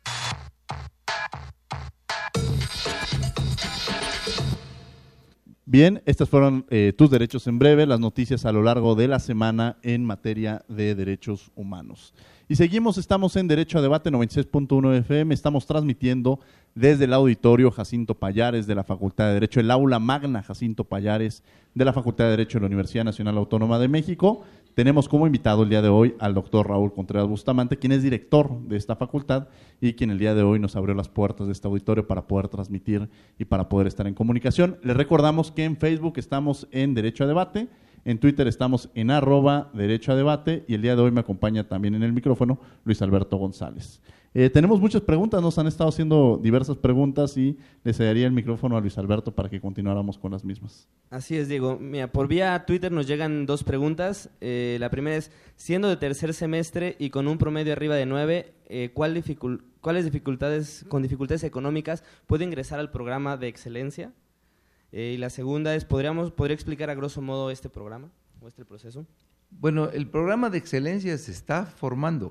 Bien, estas fueron tus derechos en breve, las noticias a lo largo de la semana en materia de derechos humanos. Y seguimos, estamos en Derecho a Debate 96.1 FM, estamos transmitiendo desde el auditorio Jacinto Pallares de la Facultad de Derecho, el aula magna Jacinto Pallares de la Facultad de Derecho de la Universidad Nacional Autónoma de México. Tenemos como invitado el día de hoy al doctor Raúl Contreras Bustamante, quien es director de esta facultad y quien el día de hoy nos abrió las puertas de este auditorio para poder transmitir y para poder estar en comunicación. Les recordamos que en Facebook estamos en Derecho a Debate, en Twitter estamos en @Derecho a Debate y el día de hoy me acompaña también en el micrófono Luis Alberto González. Tenemos muchas preguntas, nos han estado haciendo diversas preguntas y le cedería el micrófono a Luis Alberto para que continuáramos con las mismas. Así es, Diego. Mira, por vía Twitter nos llegan dos preguntas. La primera es, siendo de tercer semestre y con un promedio arriba de 9, ¿cuáles dificultades, con dificultades económicas, puede ingresar al programa de excelencia? Y la segunda es, ¿podría explicar a grosso modo este programa o este proceso? Bueno, el programa de excelencia se está formando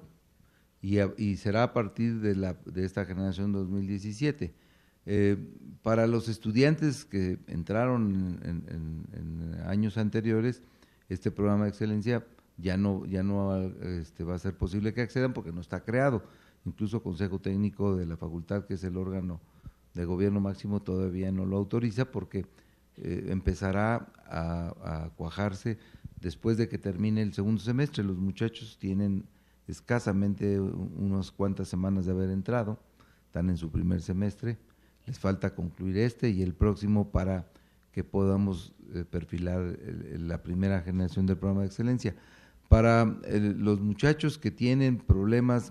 y será a partir de esta generación 2017. Para los estudiantes que entraron en años anteriores, este programa de excelencia ya no va a ser posible que accedan porque no está creado. Incluso Consejo Técnico de la Facultad, que es el órgano de gobierno máximo, todavía no lo autoriza porque empezará a cuajarse después de que termine el segundo semestre. Los muchachos tienen escasamente unas cuantas semanas de haber entrado, están en su primer semestre, les falta concluir este y el próximo para que podamos perfilar la primera generación del programa de excelencia. Para los muchachos que tienen problemas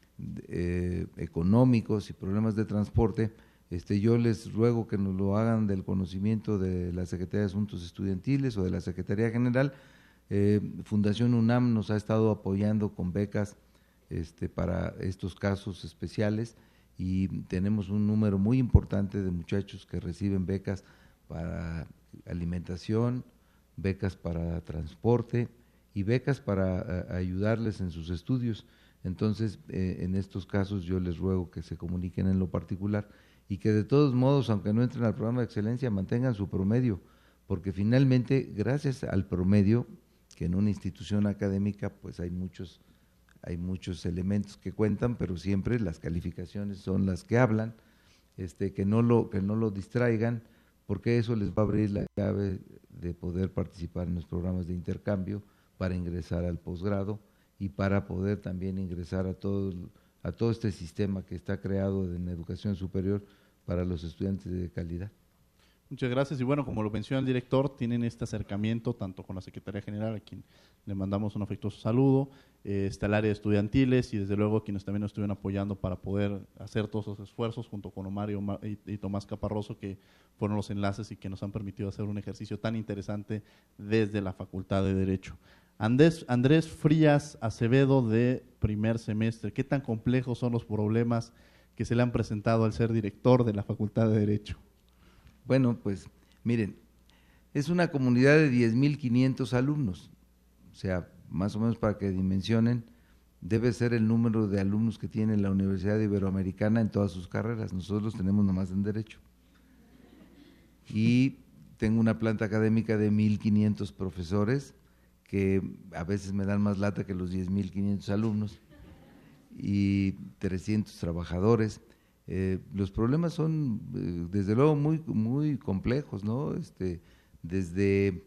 económicos y problemas de transporte, yo les ruego que nos lo hagan del conocimiento de la Secretaría de Asuntos Estudiantiles o de la Secretaría General. Fundación UNAM nos ha estado apoyando con becas para estos casos especiales y tenemos un número muy importante de muchachos que reciben becas para alimentación, becas para transporte y becas para ayudarles en sus estudios. Entonces, en estos casos yo les ruego que se comuniquen en lo particular y que de todos modos, aunque no entren al programa de excelencia, mantengan su promedio, porque finalmente, gracias al promedio, que en una institución académica pues hay muchos elementos que cuentan, pero siempre las calificaciones son las que hablan, que no lo distraigan, porque eso les va a abrir la llave de poder participar en los programas de intercambio para ingresar al posgrado y para poder también ingresar a todo este sistema que está creado en educación superior para los estudiantes de calidad. Muchas gracias. Y bueno, como lo menciona el director, tienen este acercamiento tanto con la Secretaría General, a quien le mandamos un afectuoso saludo, está el área de estudiantiles y desde luego quienes también nos estuvieron apoyando para poder hacer todos esos esfuerzos junto con Omar y Tomás Caparroso, que fueron los enlaces y que nos han permitido hacer un ejercicio tan interesante desde la Facultad de Derecho. Andrés Frías Acevedo, de primer semestre, ¿qué tan complejos son los problemas que se le han presentado al ser director de la Facultad de Derecho? Bueno, pues miren, es una comunidad de 10.500 alumnos, o sea, más o menos para que dimensionen, debe ser el número de alumnos que tiene la Universidad Iberoamericana en todas sus carreras. Nosotros tenemos nomás en Derecho. Y tengo una planta académica de 1.500 profesores, que a veces me dan más lata que los 10.500 alumnos, y 300 trabajadores. Los problemas son, desde luego, muy, muy complejos, ¿no? Desde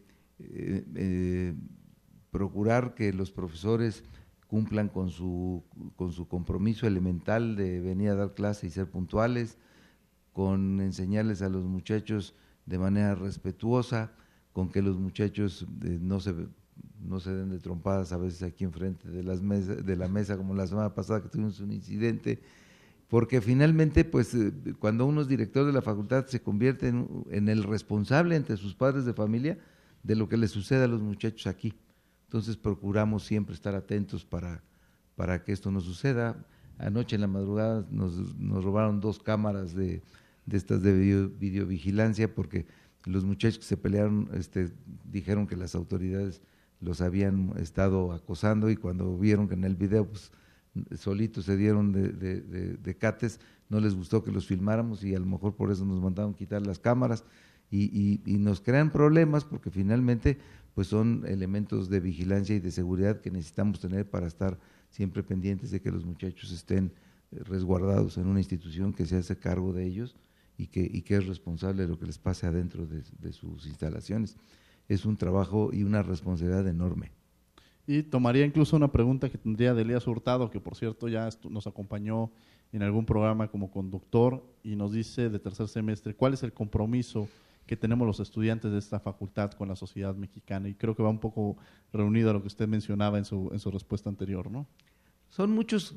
procurar que los profesores cumplan con su compromiso elemental de venir a dar clase y ser puntuales, con enseñarles a los muchachos de manera respetuosa, con que los muchachos no se den de trompadas a veces aquí enfrente de la mesa, como la semana pasada que tuvimos un incidente, porque finalmente, pues, cuando uno es director de la facultad se convierte en el responsable ante sus padres de familia de lo que les sucede a los muchachos aquí. Entonces procuramos siempre estar atentos para que esto no suceda. Anoche en la madrugada nos robaron 2 cámaras de estas de videovigilancia, porque los muchachos que se pelearon dijeron que las autoridades los habían estado acosando, y cuando vieron que en el video pues solitos se dieron de cates, no les gustó que los filmáramos, y a lo mejor por eso nos mandaron quitar las cámaras, y nos crean problemas, porque finalmente pues son elementos de vigilancia y de seguridad que necesitamos tener para estar siempre pendientes de que los muchachos estén resguardados en una institución que se hace cargo de ellos y que es responsable de lo que les pase adentro de sus instalaciones. Es un trabajo y una responsabilidad enorme. Y tomaría incluso una pregunta que tendría de Elías Hurtado, que por cierto ya nos acompañó en algún programa como conductor, y nos dice de tercer semestre, ¿cuál es el compromiso que tenemos los estudiantes de esta facultad con la sociedad mexicana? Y creo que va un poco reunido a lo que usted mencionaba en su respuesta anterior, ¿no? Son muchas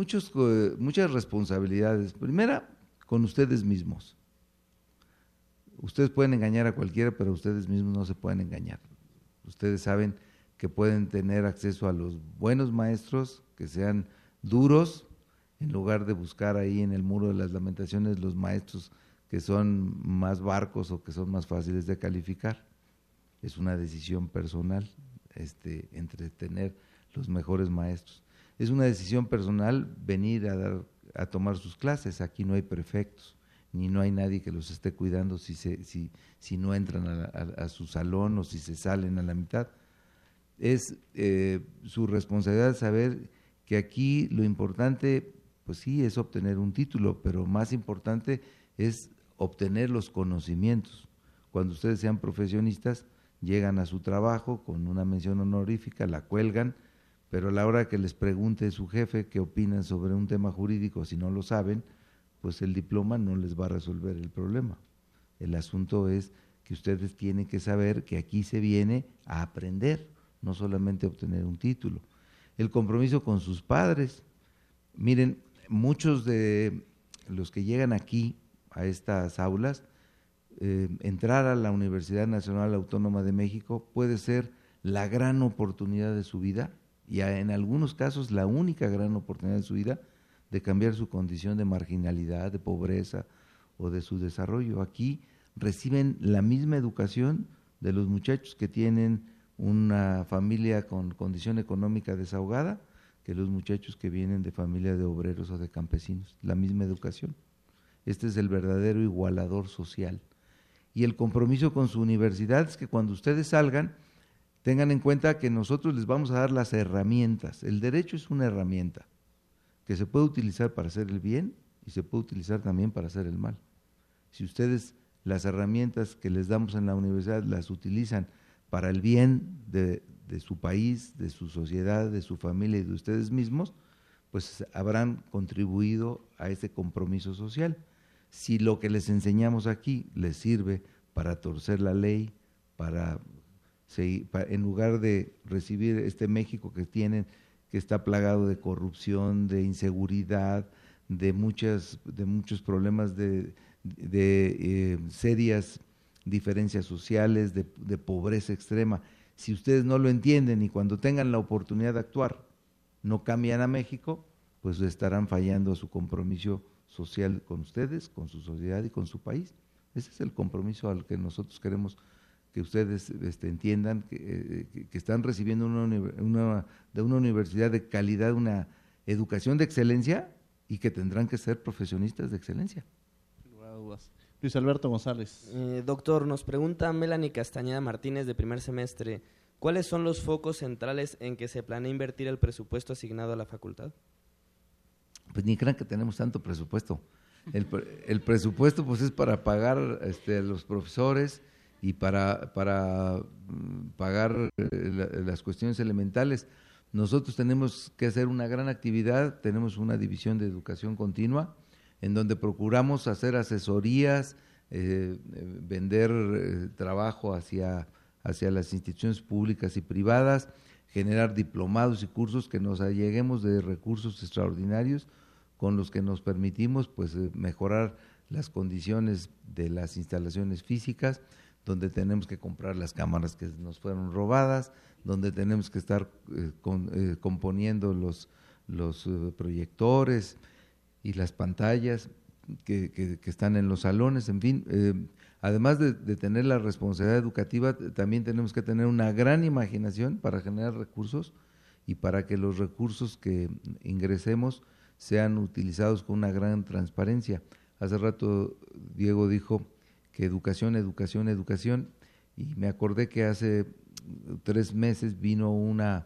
responsabilidades. Primera, con ustedes mismos. Ustedes pueden engañar a cualquiera, pero ustedes mismos no se pueden engañar. Ustedes saben que pueden tener acceso a los buenos maestros, que sean duros, en lugar de buscar ahí en el muro de las lamentaciones los maestros que son más barcos o que son más fáciles de calificar. Es una decisión personal entre tener los mejores maestros. Es una decisión personal venir a tomar sus clases. Aquí no hay prefectos, ni no hay nadie que los esté cuidando si no entran a su salón o si se salen a la mitad. Es su responsabilidad saber que aquí lo importante, pues sí, es obtener un título, pero más importante es obtener los conocimientos. Cuando ustedes sean profesionistas, llegan a su trabajo con una mención honorífica, la cuelgan, pero a la hora que les pregunte su jefe qué opinan sobre un tema jurídico, si no lo saben, pues el diploma no les va a resolver el problema. El asunto es que ustedes tienen que saber que aquí se viene a aprender, no solamente a obtener un título. El compromiso con sus padres. Miren, muchos de los que llegan aquí a estas aulas, entrar a la Universidad Nacional Autónoma de México puede ser la gran oportunidad de su vida, y en algunos casos la única gran oportunidad de su vida, de cambiar su condición de marginalidad, de pobreza o de su desarrollo. Aquí reciben la misma educación de los muchachos que tienen una familia con condición económica desahogada, que los muchachos que vienen de familia de obreros o de campesinos, la misma educación. Este es el verdadero igualador social. Y el compromiso con su universidad es que cuando ustedes salgan, tengan en cuenta que nosotros les vamos a dar las herramientas. El derecho es una herramienta que se puede utilizar para hacer el bien y se puede utilizar también para hacer el mal. Si ustedes las herramientas que les damos en la universidad las utilizan para el bien de su país, de su sociedad, de su familia y de ustedes mismos, pues habrán contribuido a ese compromiso social. Si lo que les enseñamos aquí les sirve para torcer la ley, en lugar de recibir este México que tienen, que está plagado de corrupción, de inseguridad, de muchos problemas de serias diferencias sociales, de pobreza extrema. Si ustedes no lo entienden y cuando tengan la oportunidad de actuar no cambian a México, pues estarán fallando a su compromiso social con ustedes, con su sociedad y con su país. Ese es el compromiso al que nosotros queremos que ustedes entiendan que están recibiendo de una universidad de calidad, una educación de excelencia y que tendrán que ser profesionistas de excelencia. Sin lugar a dudas. Luis Alberto González. Doctor, nos pregunta Melanie Castañeda Martínez de primer semestre, ¿cuáles son los focos centrales en que se planea invertir el presupuesto asignado a la facultad? Pues ni crean que tenemos tanto presupuesto. El presupuesto pues es para pagar a los profesores y para pagar las cuestiones elementales. Nosotros tenemos que hacer una gran actividad, tenemos una división de educación continua, en donde procuramos hacer asesorías, vender trabajo hacia las instituciones públicas y privadas, generar diplomados y cursos que nos alleguemos de recursos extraordinarios con los que nos permitimos pues mejorar las condiciones de las instalaciones físicas, donde tenemos que comprar las cámaras que nos fueron robadas, donde tenemos que estar componiendo los proyectores y las pantallas que están en los salones, en fin. Además de tener la responsabilidad educativa, también tenemos que tener una gran imaginación para generar recursos y para que los recursos que ingresemos sean utilizados con una gran transparencia. Hace rato Diego dijo que educación, educación, educación, y me acordé que hace 3 meses vino una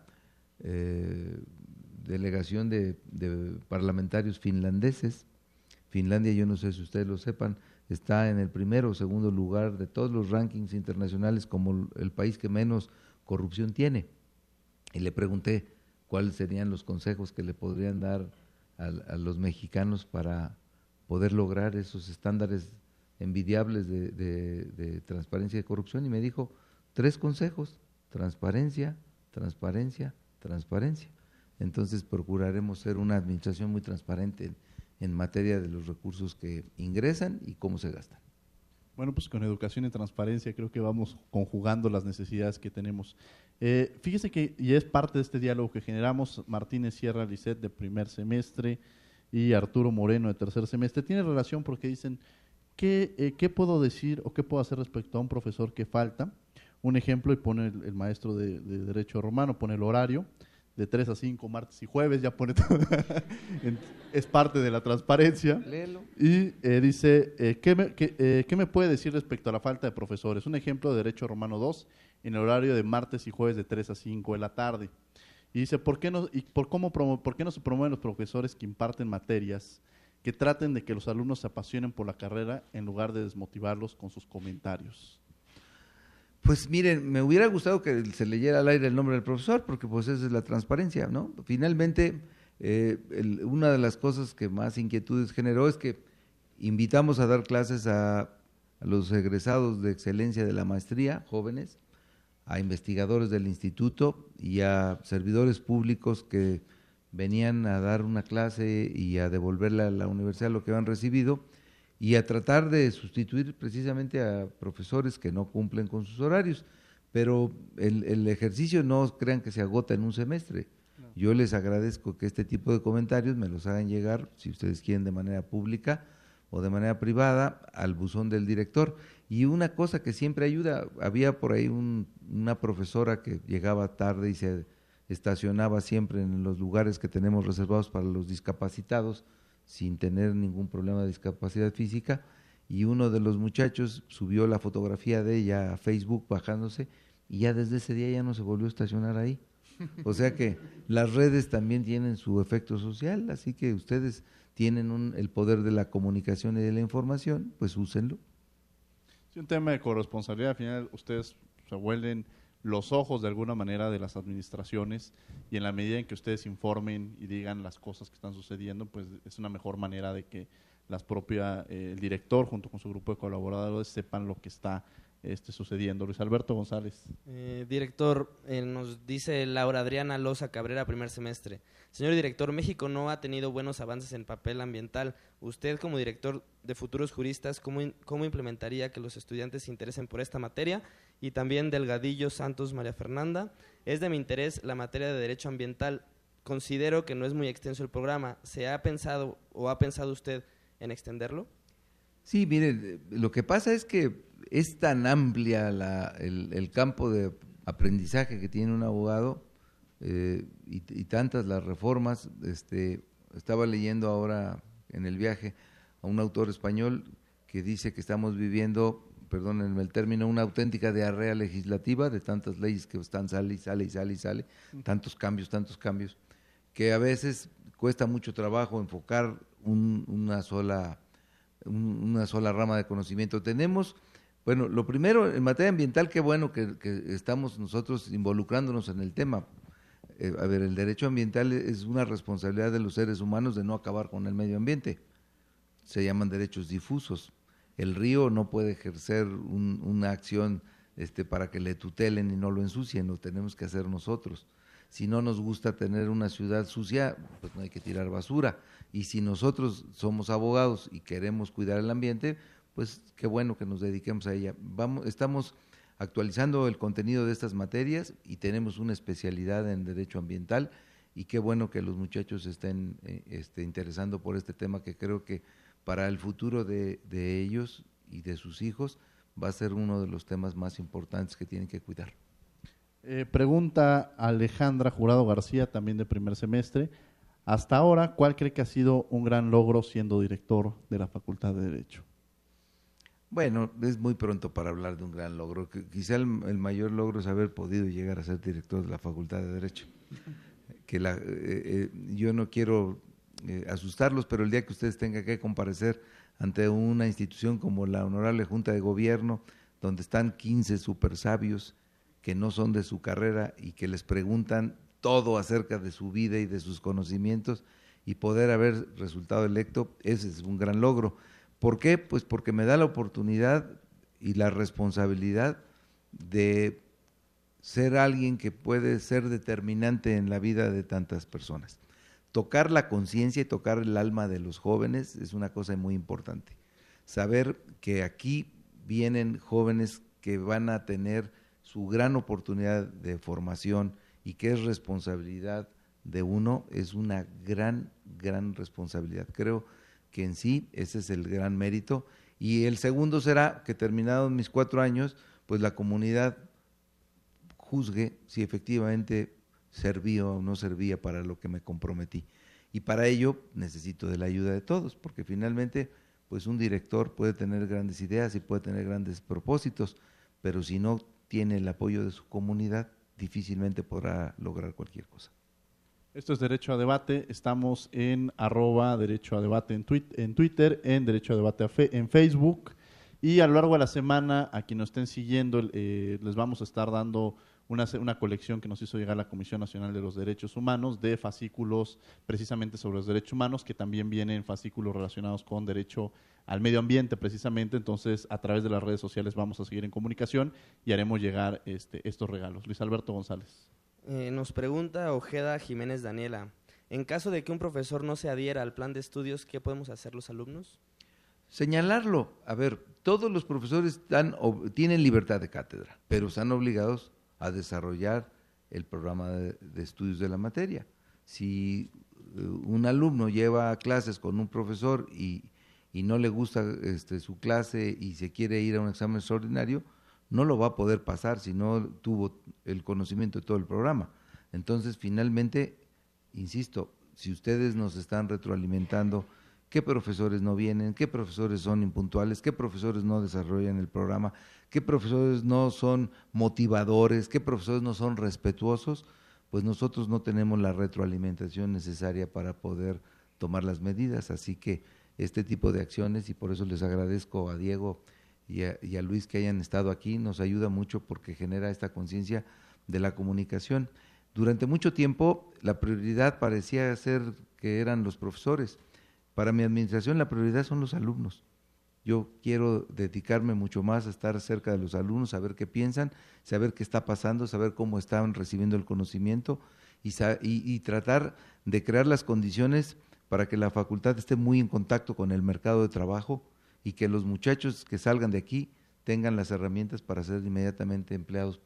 delegación de parlamentarios finlandeses. Finlandia, yo no sé si ustedes lo sepan, está en el primero o segundo lugar de todos los rankings internacionales como el país que menos corrupción tiene. Y le pregunté cuáles serían los consejos que le podrían dar a los mexicanos para poder lograr esos estándares envidiables de transparencia y de corrupción, y me dijo 3 consejos: transparencia, transparencia, transparencia. Entonces procuraremos ser una administración muy transparente en materia de los recursos que ingresan y cómo se gastan. Bueno, pues con educación y transparencia creo que vamos conjugando las necesidades que tenemos. Fíjese que, y es parte de este diálogo que generamos, Martínez Sierra Lisset de primer semestre y Arturo Moreno de tercer semestre, tiene relación porque dicen, ¿qué puedo decir o qué puedo hacer respecto a un profesor que falta? Un ejemplo, y pone el maestro de Derecho Romano, pone el horario, de 3 a 5, martes y jueves, ya pone todo. Es parte de la transparencia. Léelo. Y dice, ¿qué me puede decir respecto a la falta de profesores? Un ejemplo de Derecho Romano 2, en el horario de martes y jueves de 3 a 5 de la tarde. Y dice, ¿por qué no se promueven los profesores que imparten materias que traten de que los alumnos se apasionen por la carrera en lugar de desmotivarlos con sus comentarios? Pues miren, me hubiera gustado que se leyera al aire el nombre del profesor, porque pues esa es la transparencia, ¿no? Finalmente, una de las cosas que más inquietudes generó es que invitamos a dar clases a los egresados de excelencia de la maestría, jóvenes, a investigadores del instituto y a servidores públicos que venían a dar una clase y a devolverle a la universidad lo que habían recibido, y a tratar de sustituir precisamente a profesores que no cumplen con sus horarios. Pero el ejercicio no crean que se agota en un semestre. No. Yo les agradezco que este tipo de comentarios me los hagan llegar, si ustedes quieren, de manera pública o de manera privada, al buzón del director. Y una cosa que siempre ayuda, había por ahí una profesora que llegaba tarde y se estacionaba siempre en los lugares que tenemos reservados para los discapacitados, sin tener ningún problema de discapacidad física, y uno de los muchachos subió la fotografía de ella a Facebook bajándose, y ya desde ese día ya no se volvió a estacionar ahí. O sea que las redes también tienen su efecto social, así que ustedes tienen el poder de la comunicación y de la información, pues úsenlo. Sí, un tema de corresponsabilidad, al final ustedes se vuelven los ojos de alguna manera de las administraciones, y en la medida en que ustedes informen y digan las cosas que están sucediendo, pues es una mejor manera de que el director junto con su grupo de colaboradores sepan lo que está sucediendo. Luis Alberto González. Director, nos dice Laura Adriana Loza Cabrera, primer semestre. Señor director, México no ha tenido buenos avances en papel ambiental. Usted, como director de Futuros Juristas, ¿cómo implementaría que los estudiantes se interesen por esta materia? Y también Delgadillo Santos María Fernanda. Es de mi interés la materia de Derecho Ambiental. Considero que no es muy extenso el programa. ¿Se ha pensado o ha pensado usted en extenderlo? Sí, mire, lo que pasa es que es tan amplia el campo de aprendizaje que tiene un abogado y tantas las reformas. Estaba leyendo ahora en el viaje a un autor español que dice que estamos viviendo, perdónenme el término, una auténtica diarrea legislativa de tantas leyes que están sale y sale, tantos cambios, que a veces cuesta mucho trabajo enfocar una sola rama de conocimiento. Tenemos, bueno, lo primero, en materia ambiental, qué bueno que estamos nosotros involucrándonos en el tema. El derecho ambiental es una responsabilidad de los seres humanos de no acabar con el medio ambiente. Se llaman derechos difusos. El río no puede ejercer una acción para que le tutelen y no lo ensucien, lo tenemos que hacer nosotros. Si no nos gusta tener una ciudad sucia, pues no hay que tirar basura. Y si nosotros somos abogados y queremos cuidar el ambiente, pues qué bueno que nos dediquemos a ella. Estamos actualizando el contenido de estas materias y tenemos una especialidad en derecho ambiental y qué bueno que los muchachos estén interesando por este tema, que creo que para el futuro de ellos y de sus hijos va a ser uno de los temas más importantes que tienen que cuidar. Pregunta Alejandra Jurado García, también de primer semestre. Hasta ahora, ¿cuál cree que ha sido un gran logro siendo director de la Facultad de Derecho? Bueno, es muy pronto para hablar de un gran logro. Quizá el mayor logro es haber podido llegar a ser director de la Facultad de Derecho. Yo no quiero asustarlos, pero el día que ustedes tengan que comparecer ante una institución como la Honorable Junta de Gobierno, donde están 15 super sabios que no son de su carrera y que les preguntan todo acerca de su vida y de sus conocimientos, y poder haber resultado electo, ese es un gran logro. ¿Por qué? Pues porque me da la oportunidad y la responsabilidad de ser alguien que puede ser determinante en la vida de tantas personas. Tocar la conciencia y tocar el alma de los jóvenes es una cosa muy importante. Saber que aquí vienen jóvenes que van a tener su gran oportunidad de formación y que es responsabilidad de uno, es una gran responsabilidad. Creo que en sí ese es el gran mérito. Y el segundo será que terminados mis 4 años, pues la comunidad juzgue si efectivamente servía o no servía para lo que me comprometí. Y para ello necesito de la ayuda de todos, porque finalmente pues un director puede tener grandes ideas y puede tener grandes propósitos, pero si no tiene el apoyo de su comunidad, difícilmente podrá lograr cualquier cosa. Esto es Derecho a Debate. Estamos en @Derecho a Debate en Twitter, en Derecho a Debate en Facebook. Y a lo largo de la semana, a quienes nos estén siguiendo, les vamos a estar dando una colección que nos hizo llegar la Comisión Nacional de los Derechos Humanos de fascículos precisamente sobre los derechos humanos, que también vienen fascículos relacionados con derecho al medio ambiente precisamente. Entonces, a través de las redes sociales vamos a seguir en comunicación y haremos llegar estos regalos. Luis Alberto González. Nos pregunta Ojeda Jiménez Daniela, en caso de que un profesor no se adhiera al plan de estudios, ¿qué podemos hacer los alumnos? Señalarlo. A ver, todos los profesores tienen libertad de cátedra, pero están obligados a desarrollar el programa de estudios de la materia. Si un alumno lleva clases con un profesor y no le gusta su clase y se quiere ir a un examen extraordinario, no lo va a poder pasar si no tuvo el conocimiento de todo el programa. Entonces, finalmente, insisto, si ustedes nos están retroalimentando qué profesores no vienen, qué profesores son impuntuales, qué profesores no desarrollan el programa, qué profesores no son motivadores, qué profesores no son respetuosos, pues nosotros no tenemos la retroalimentación necesaria para poder tomar las medidas. Así que este tipo de acciones, y por eso les agradezco a Diego y a Luis que hayan estado aquí, nos ayuda mucho porque genera esta conciencia de la comunicación. Durante mucho tiempo la prioridad parecía ser que eran los profesores. para mi administración la prioridad son los alumnos. Yo quiero dedicarme mucho más a estar cerca de los alumnos, saber qué piensan, saber qué está pasando, saber cómo están recibiendo el conocimiento y tratar de crear las condiciones para que la facultad esté muy en contacto con el mercado de trabajo y que los muchachos que salgan de aquí tengan las herramientas para ser inmediatamente empleados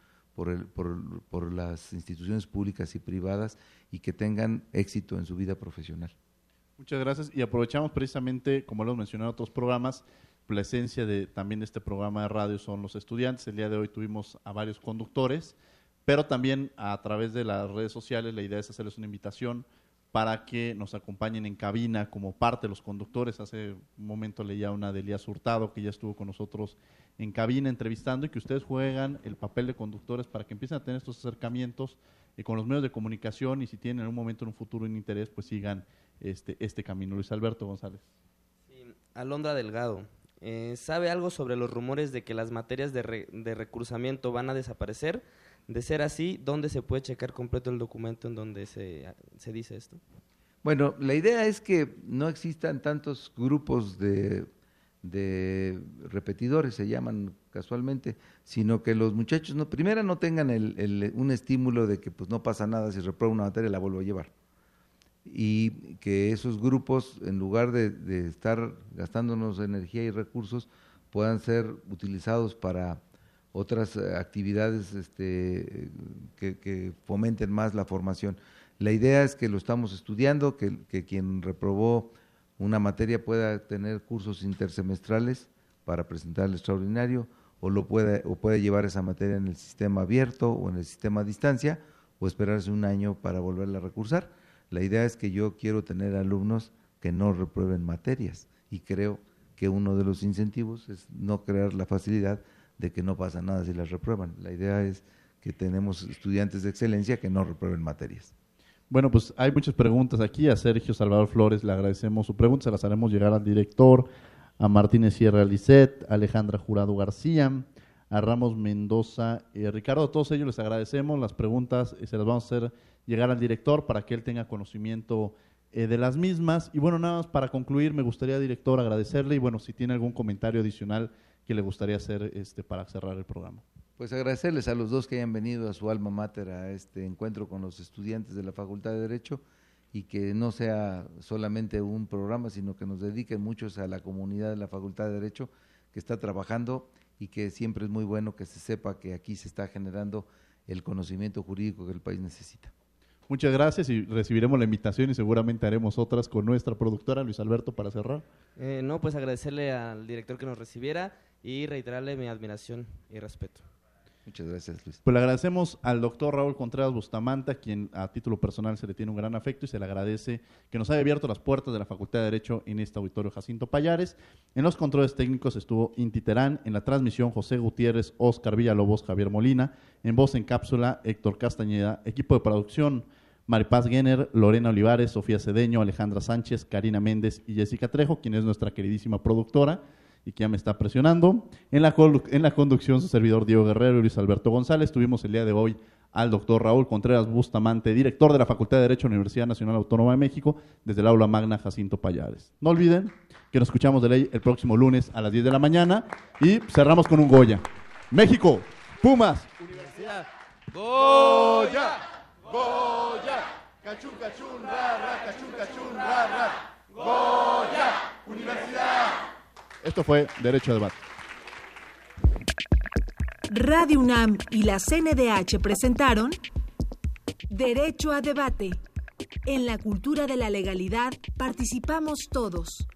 por las instituciones públicas y privadas y que tengan éxito en su vida profesional. Muchas gracias, y aprovechamos precisamente, como lo hemos mencionado en otros programas, la esencia también de este programa de radio son los estudiantes. El día de hoy tuvimos a varios conductores, pero también a través de las redes sociales la idea es hacerles una invitación para que nos acompañen en cabina como parte de los conductores. Hace un momento leía una de Elías Hurtado, que ya estuvo con nosotros en cabina entrevistando, y que ustedes juegan el papel de conductores para que empiecen a tener estos acercamientos con los medios de comunicación, y si tienen en un momento, en un futuro, un interés, pues sigan este camino. Luis Alberto González. Sí, Alondra Delgado, ¿sabe algo sobre los rumores de que las materias de recursamiento van a desaparecer? De ser así, ¿dónde se puede checar completo el documento en donde se dice esto? Bueno, la idea es que no existan tantos grupos de repetidores, se llaman casualmente, sino que los muchachos no tengan un estímulo de que pues no pasa nada, si repruebo una materia la vuelvo a llevar. Y que esos grupos, en lugar de estar gastándonos energía y recursos, puedan ser utilizados para otras actividades que fomenten más la formación. La idea es que lo estamos estudiando, que quien reprobó una materia pueda tener cursos intersemestrales para presentar el extraordinario, o puede llevar esa materia en el sistema abierto o en el sistema a distancia, o esperarse un año para volverla a recursar. La idea es que yo quiero tener alumnos que no reprueben materias, y creo que uno de los incentivos es no crear la facilidad de que no pasa nada si las reprueban. La idea es que tenemos estudiantes de excelencia que no reprueben materias. Bueno, pues hay muchas preguntas aquí. A Sergio Salvador Flores le agradecemos su pregunta, se las haremos llegar al director, a Martínez Sierra Lisset, a Alejandra Jurado García, a Ramos Mendoza, Ricardo, a todos ellos les agradecemos las preguntas, se las vamos a hacer llegar al director para que él tenga conocimiento de las mismas. Y bueno, nada más para concluir, me gustaría, director, agradecerle, y bueno, si tiene algún comentario adicional que le gustaría hacer para cerrar el programa. Pues agradecerles a los dos que hayan venido a su alma mater a este encuentro con los estudiantes de la Facultad de Derecho, y que no sea solamente un programa, sino que nos dediquen muchos a la comunidad de la Facultad de Derecho que está trabajando, y que siempre es muy bueno que se sepa que aquí se está generando el conocimiento jurídico que el país necesita. Muchas gracias, y recibiremos la invitación y seguramente haremos otras con nuestra productora. Luis Alberto, para cerrar. No, pues agradecerle al director que nos recibiera y reiterarle mi admiración y respeto. Muchas gracias, Luis. Pues le agradecemos al doctor Raúl Contreras Bustamante, quien a título personal se le tiene un gran afecto, y se le agradece que nos haya abierto las puertas de la Facultad de Derecho en este auditorio Jacinto Pallares. En los controles técnicos estuvo Inti Terán, en la transmisión José Gutiérrez, Óscar Villalobos, Javier Molina, en voz en cápsula Héctor Castañeda, equipo de producción Maripaz Guener, Lorena Olivares, Sofía Cedeño, Alejandra Sánchez, Karina Méndez y Jessica Trejo, quien es nuestra queridísima productora y que ya me está presionando. En la conducción, su servidor Diego Guerrero y Luis Alberto González. Tuvimos el día de hoy al doctor Raúl Contreras Bustamante, director de la Facultad de Derecho de la Universidad Nacional Autónoma de México, desde el Aula Magna Jacinto Pallares. No olviden que nos escuchamos de ley el próximo lunes a las 10 de la mañana, y cerramos con un Goya. México, Pumas, Universidad Goya, Goya, cachún, cachún, ra, cachún, cachún, ra, Goya, Universidad. Esto fue Derecho a Debate. Radio UNAM y la CNDH presentaron Derecho a Debate. En la cultura de la legalidad participamos todos.